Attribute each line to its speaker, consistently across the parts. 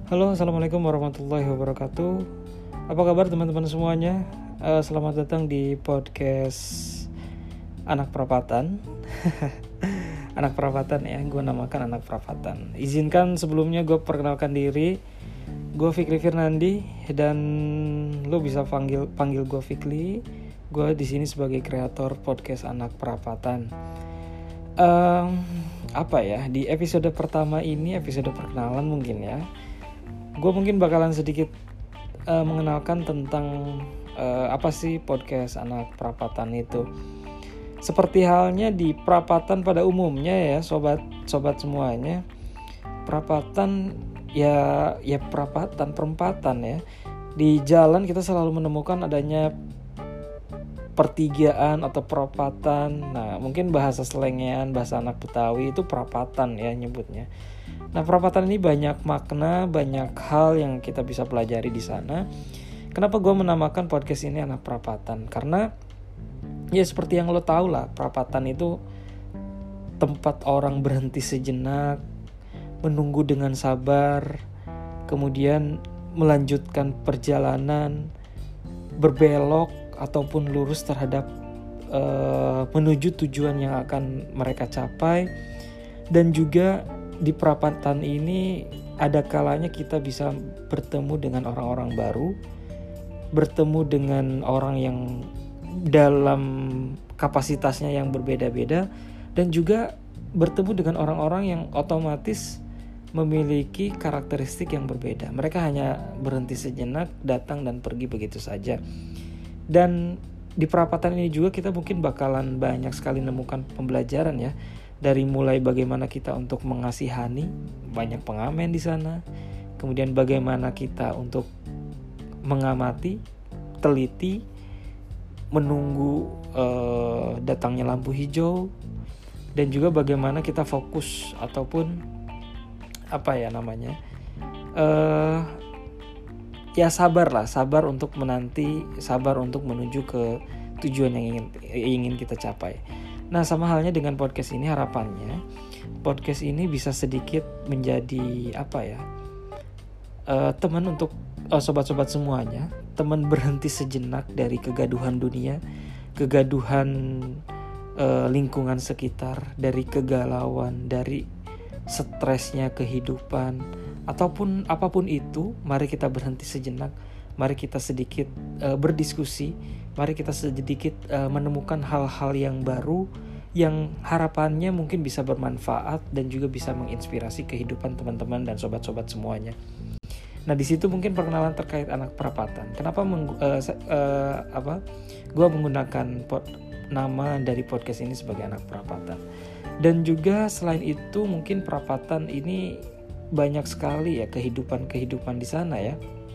Speaker 1: Halo, assalamualaikum warahmatullahi wabarakatuh. Apa kabar teman-teman semuanya? Selamat datang di podcast Anak Perapatan. Anak Perapatan ya, gue namakan Anak Perapatan. Izinkan sebelumnya gue perkenalkan diri. Gue Fikri Firnandi dan lo bisa panggil gue Fikri. Gue di sini sebagai kreator podcast Anak Perapatan. Di episode pertama ini, episode perkenalan mungkin ya. Gue mungkin bakalan sedikit mengenalkan tentang apa sih podcast Anak Perapatan itu. Seperti halnya di perapatan pada umumnya ya, sobat semuanya. Perapatan ya perempatan ya. Di jalan kita selalu menemukan adanya pertigaan atau perapatan. Nah, mungkin bahasa selengean, bahasa anak Betawi itu perapatan ya nyebutnya. Nah, perapatan ini banyak makna, banyak hal yang kita bisa pelajari di sana. Kenapa gue menamakan podcast ini Anak Perapatan? Karena ya seperti yang lo tahu lah, perapatan itu tempat orang berhenti sejenak, menunggu dengan sabar, kemudian melanjutkan perjalanan, berbelok ataupun lurus terhadap menuju tujuan yang akan mereka capai. Dan juga di perapatan ini ada kalanya kita bisa bertemu dengan orang-orang baru, bertemu dengan orang yang dalam kapasitasnya yang berbeda-beda, dan juga bertemu dengan orang-orang yang otomatis memiliki karakteristik yang berbeda. Mereka hanya berhenti sejenak, datang dan pergi begitu saja. Dan di perapatan ini juga kita mungkin bakalan banyak sekali nemukan pembelajaran ya. Dari mulai bagaimana kita untuk mengasihani, banyak pengamen di sana. Kemudian bagaimana kita untuk mengamati, teliti, menunggu datangnya lampu hijau. Dan juga bagaimana kita fokus ataupun sabar untuk menanti, sabar untuk menuju ke tujuan yang ingin kita capai. Nah, sama halnya dengan podcast ini, harapannya podcast ini bisa sedikit menjadi teman untuk sobat-sobat semuanya, teman berhenti sejenak dari kegaduhan dunia, kegaduhan lingkungan sekitar, dari kegalauan, dari stresnya kehidupan, ataupun apapun itu. Mari kita berhenti sejenak, mari kita sedikit berdiskusi, mari kita sedikit menemukan hal-hal yang baru yang harapannya mungkin bisa bermanfaat dan juga bisa menginspirasi kehidupan teman-teman dan sobat-sobat semuanya. Nah, di situ mungkin perkenalan terkait Anak Perapatan. Kenapa gue menggunakan nama dari podcast ini sebagai Anak Perapatan. Dan juga selain itu mungkin perapatan ini banyak sekali ya kehidupan di sana ya.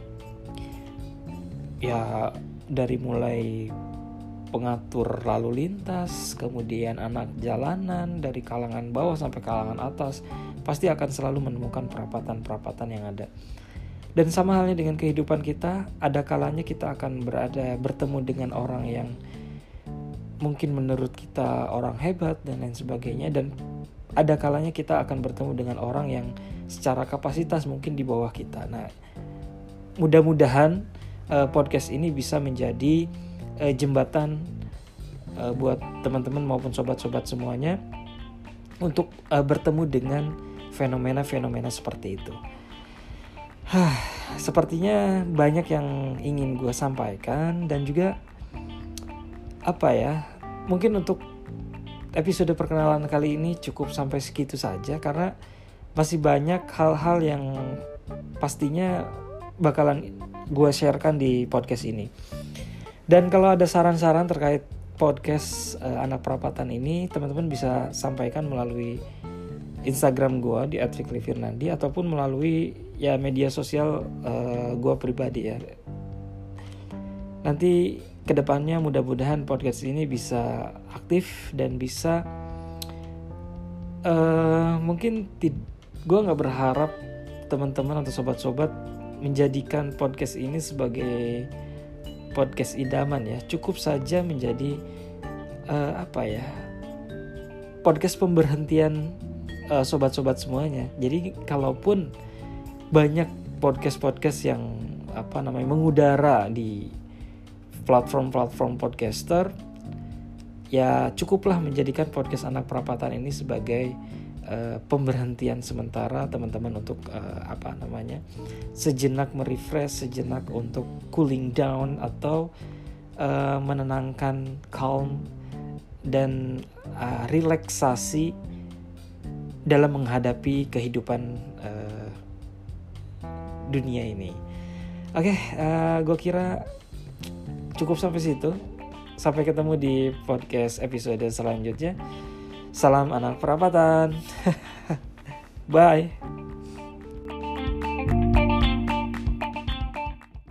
Speaker 1: Ya, dari mulai pengatur lalu lintas, kemudian anak jalanan dari kalangan bawah sampai kalangan atas, pasti akan selalu menemukan perapatan-perapatan yang ada. Dan sama halnya dengan kehidupan kita, ada kalanya kita akan bertemu dengan orang yang mungkin menurut kita orang hebat dan lain sebagainya, dan ada kalanya kita akan bertemu dengan orang yang secara kapasitas mungkin di bawah kita. Nah, mudah-mudahan podcast ini bisa menjadi jembatan buat teman-teman maupun sobat-sobat semuanya untuk bertemu dengan fenomena-fenomena seperti itu. Sepertinya banyak yang ingin gue sampaikan, dan juga mungkin untuk episode perkenalan kali ini cukup sampai segitu saja, karena masih banyak hal-hal yang pastinya bakalan gue sharekan di podcast ini. Dan kalau ada saran-saran terkait podcast Anak Perapatan ini, teman-teman bisa sampaikan melalui Instagram gue di @fikri_firnandi ataupun melalui ya media sosial gue pribadi ya. Nanti kedepannya mudah-mudahan podcast ini bisa aktif dan bisa gue nggak berharap teman-teman atau sobat-sobat menjadikan podcast ini sebagai podcast idaman ya. Cukup saja menjadi podcast pemberhentian sobat-sobat semuanya. Jadi kalaupun banyak podcast yang mengudara di platform podcaster, ya cukuplah menjadikan podcast Anak Perapatan ini sebagai pemberhentian sementara teman-teman untuk sejenak merefresh, sejenak untuk cooling down atau menenangkan, calm dan relaksasi dalam menghadapi kehidupan dunia ini. Oke, gue kira cukup sampai situ. Sampai ketemu di podcast episode selanjutnya. Salam Anak Perapatan. Bye.